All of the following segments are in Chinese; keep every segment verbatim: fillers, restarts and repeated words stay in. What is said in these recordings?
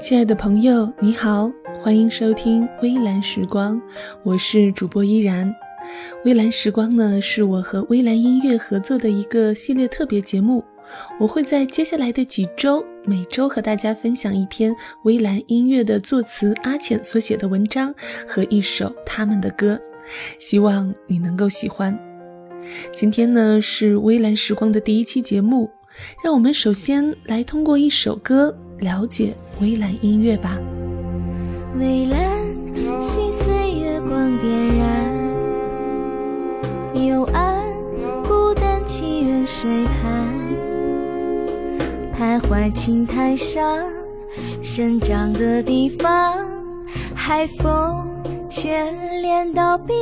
亲爱的朋友，你好，欢迎收听微蓝时光，我是主播依然。微蓝时光呢，是我和微蓝音乐合作的一个系列特别节目，我会在接下来的几周，每周和大家分享一篇微蓝音乐的作词阿浅所写的文章和一首他们的歌，希望你能够喜欢。今天呢，是微蓝时光的第一期节目，让我们首先来通过一首歌了解微蓝音乐吧。 微蓝心碎月光点燃，幽暗孤单祈愿水畔，徘徊青苔上生长的地方，海风牵连到彼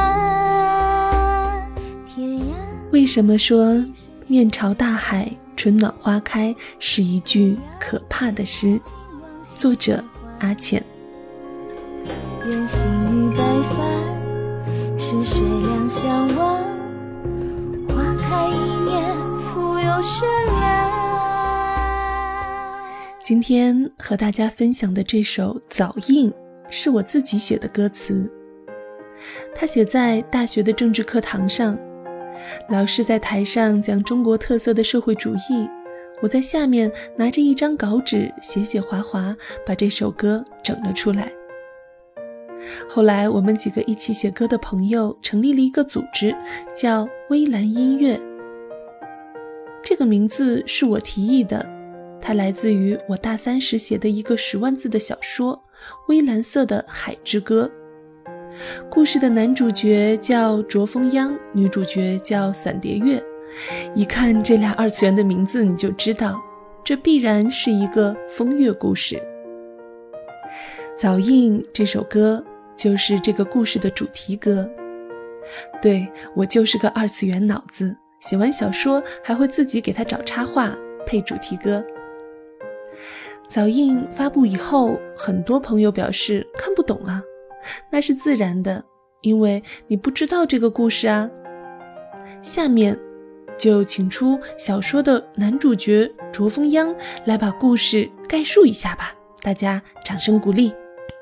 岸天涯。 为什么说面朝大海春暖花开是一句可怕的诗？作者阿浅。 愿心与白帆是水两相望，花开一年复有绚烂。 今天和大家分享的这首早映是我自己写的歌词，它写在大学的政治课堂上，老师在台上讲中国特色的社会主义，我在下面拿着一张稿纸写写划划，把这首歌整了出来。后来我们几个一起写歌的朋友成立了一个组织，叫微蓝音乐。这个名字是我提议的，它来自于我大三时写的一个十万字的小说《微蓝色的海之歌》。故事的男主角叫卓风央，女主角叫伞蝶月。一看这俩二次元的名字，你就知道这必然是一个风月故事。早映这首歌就是这个故事的主题歌。对，我就是个二次元脑子，写完小说还会自己给它找插画配主题歌。早映发布以后，很多朋友表示看不懂啊，那是自然的，因为你不知道这个故事啊。下面就请出小说的男主角卓风央来把故事概述一下吧，大家掌声鼓励。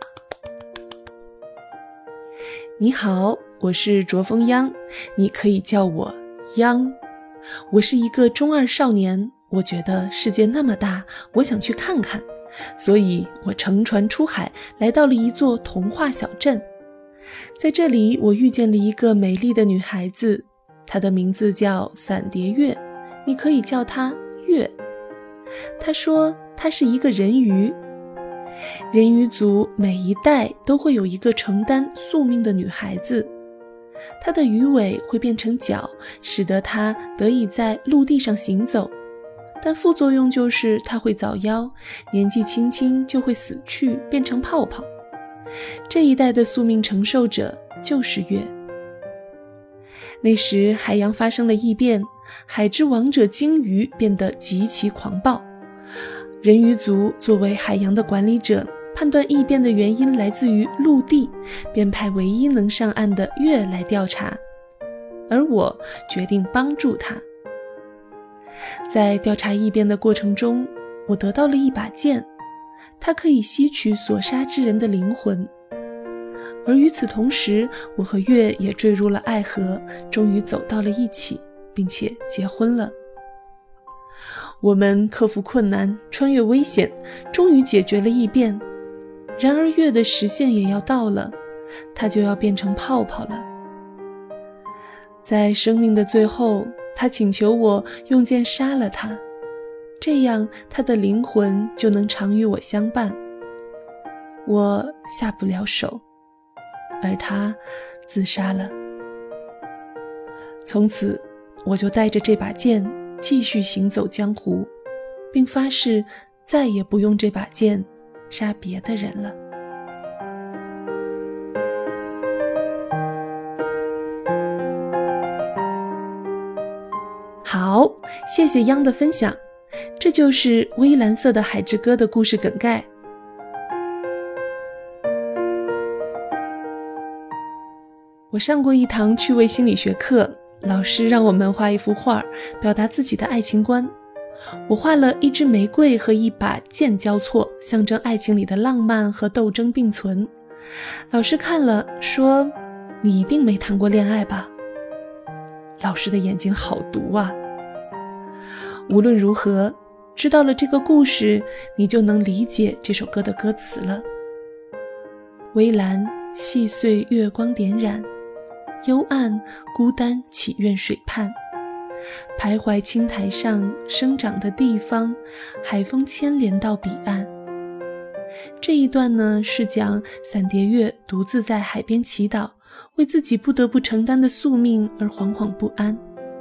你好，我是卓风央，你可以叫我央。我是一个中二少年，我觉得世界那么大，我想去看看，所以我乘船出海，来到了一座童话小镇。在这里，我遇见了一个美丽的女孩子，她的名字叫伞蝶月，你可以叫她月。她说她是一个人鱼，人鱼族每一代都会有一个承担宿命的女孩子，她的鱼尾会变成脚，使得她得以在陆地上行走，但副作用就是她会早夭，年纪轻轻就会死去，变成泡泡。这一代的宿命承受者就是月。那时海洋发生了异变，海之王者鲸鱼变得极其狂暴。人鱼族作为海洋的管理者，判断异变的原因来自于陆地，便派唯一能上岸的月来调查，而我决定帮助他。在调查异变的过程中，我得到了一把剑，它可以吸取所杀之人的灵魂。而与此同时，我和月也坠入了爱河，终于走到了一起，并且结婚了。我们克服困难，穿越危险，终于解决了异变。然而月的时限也要到了，它就要变成泡泡了。在生命的最后，他请求我用剑杀了他，这样他的灵魂就能常与我相伴。我下不了手，而他自杀了。从此我就带着这把剑继续行走江湖，并发誓再也不用这把剑杀别的人了。好，谢谢央的分享，这就是微蓝色的海之歌的故事梗概。我上过一堂趣味心理学课，老师让我们画一幅画，表达自己的爱情观。 我画了一支玫瑰和一把剑交错，象征爱情里的浪漫和斗争并存。老师看了说，你一定没谈过恋爱吧？老师的眼睛好毒啊。无论如何，知道了这个故事，你就能理解这首歌的歌词了。微澜细碎月光点染，幽暗孤单祈愿水畔，徘徊青苔上生长的地方，海风牵连到彼岸。这一段呢，是讲伞蝶月独自在海边祈祷，为自己不得不承担的宿命而惶惶不安。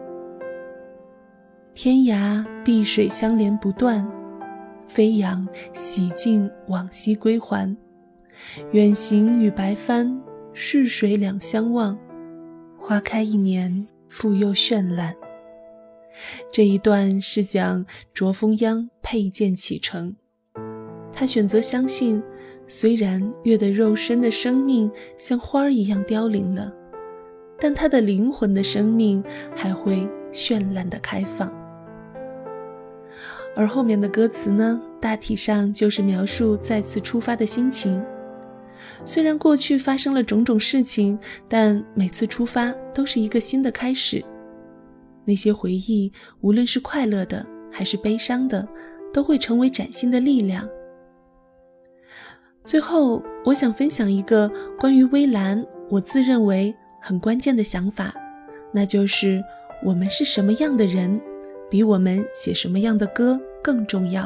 天涯碧水相连不断，飞扬洗尽往昔归还。远行与白帆，逝水两相望，花开一年复又绚烂。这一段是讲卓风央佩剑启程，他选择相信，虽然月的肉身的生命像花一样凋零了，但他的灵魂的生命还会绚烂地开放。而后面的歌词呢，大体上就是描述再次出发的心情。虽然过去发生了种种事情，但每次出发都是一个新的开始。那些回忆，无论是快乐的还是悲伤的，都会成为崭新的力量。最后，我想分享一个关于微澜我自认为很关键的想法，那就是我们是什么样的人，比我们写什么样的歌更重要。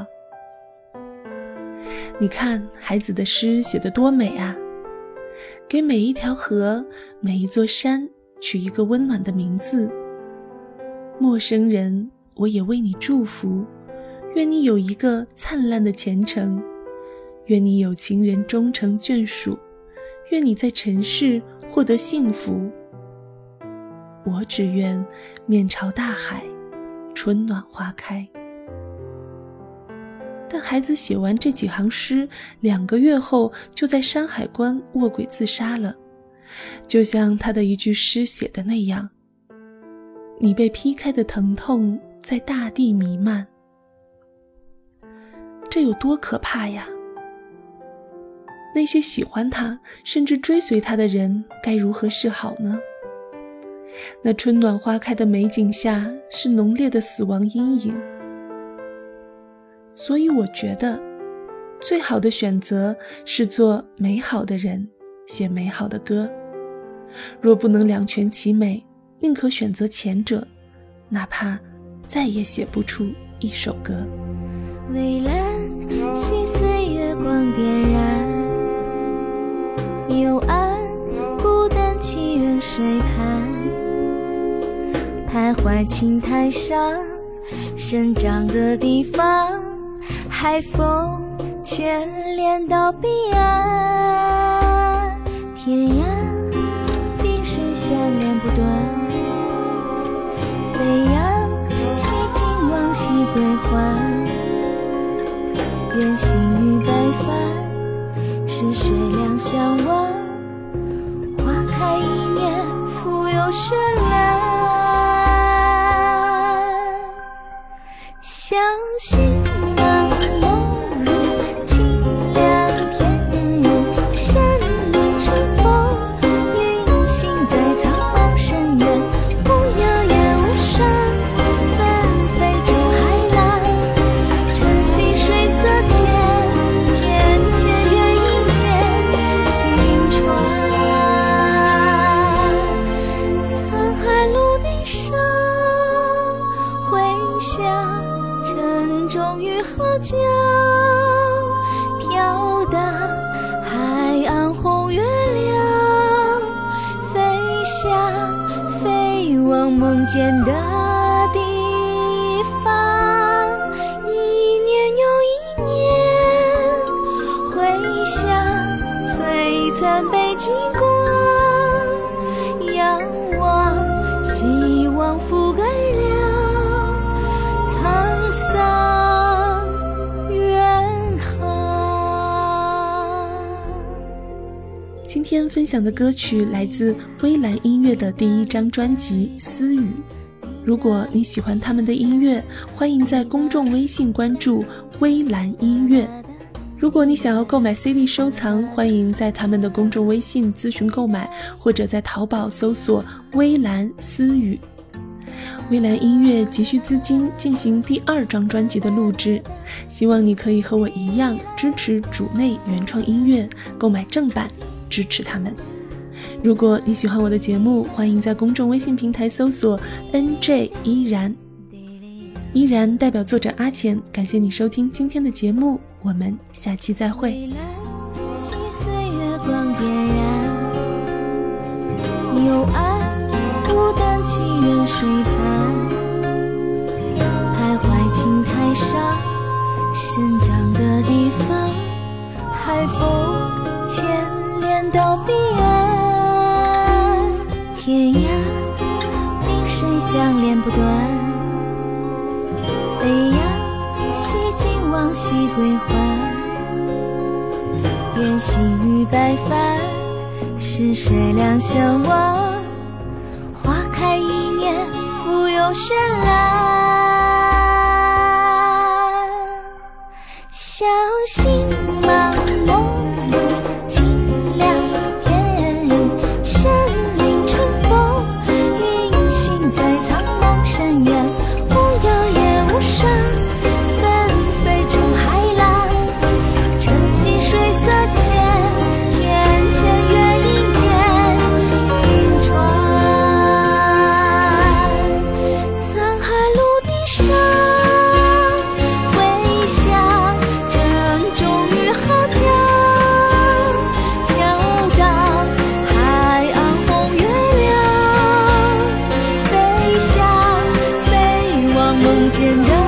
你看孩子的诗写得多美啊，给每一条河，每一座山取一个温暖的名字。陌生人，我也为你祝福，愿你有一个灿烂的前程，愿你有情人终成眷属，愿你在尘世获得幸福。我只愿面朝大海，春暖花开。但孩子写完这几行诗，两个月后就在山海关卧轨自杀了，就像他的一句诗写的那样，你被劈开的疼痛在大地弥漫。这有多可怕呀！那些喜欢他甚至追随他的人该如何是好呢？那春暖花开的美景下是浓烈的死亡阴影。所以我觉得最好的选择是做美好的人，写美好的歌。若不能两全其美，宁可选择前者，哪怕再也写不出一首歌。 微澜细碎月光点燃，幽暗孤单祈愿水畔，徘徊青苔上生长的地方，海风牵连到彼岸。天涯碧水相连不断，飞扬洗尽往昔归还。愿行与白帆，逝水两相望，花开一年复又绚烂。相信让梦入清凉天，山林乘风云行在苍茫深渊，不摇也无伤，纷飞出海浪，晨曦水色间，天堑远迎接新船。沧海陆地上回响，沉重于河江，飘荡海岸红月亮，飞向飞往梦见的地方。一年又一年，回响璀璨北极光，仰望希望覆盖了沧桑远航。 今天分享的歌曲来自微澜音乐的第一张专辑《私语》。 如果你喜欢他们的音乐，欢迎在公众微信关注微蓝音乐。如果你想要购买 C D 收藏，欢迎在他们的公众微信咨询购买，或者在淘宝搜索微蓝私语。微蓝音乐急需资金进行第二张专辑的录制，希望你可以和我一样支持主内原创音乐，购买正版，支持他们。如果你喜欢我的节目，欢迎在公众微信平台搜索 N J 依然。依然代表作者阿钱，感谢你收听今天的节目，我们下期再会。 细碎月光点燃，幽暗孤单祈愿水畔，徘徊青苔上生长的地方，海风牵连到彼岸，天涯萍水相连不断，飞扬洗尽往昔归还，愿心与白帆，是水两相望，花开一年复有绚烂，小心茫梦入清凉天，山林春风云行在苍茫深渊，无忧也无伤，纷飞中海浪，晨曦水色间，天堑月影间新传，沧海陆地上回响，珍重与浩江，飘荡海岸红月亮，飞翔飞往梦见的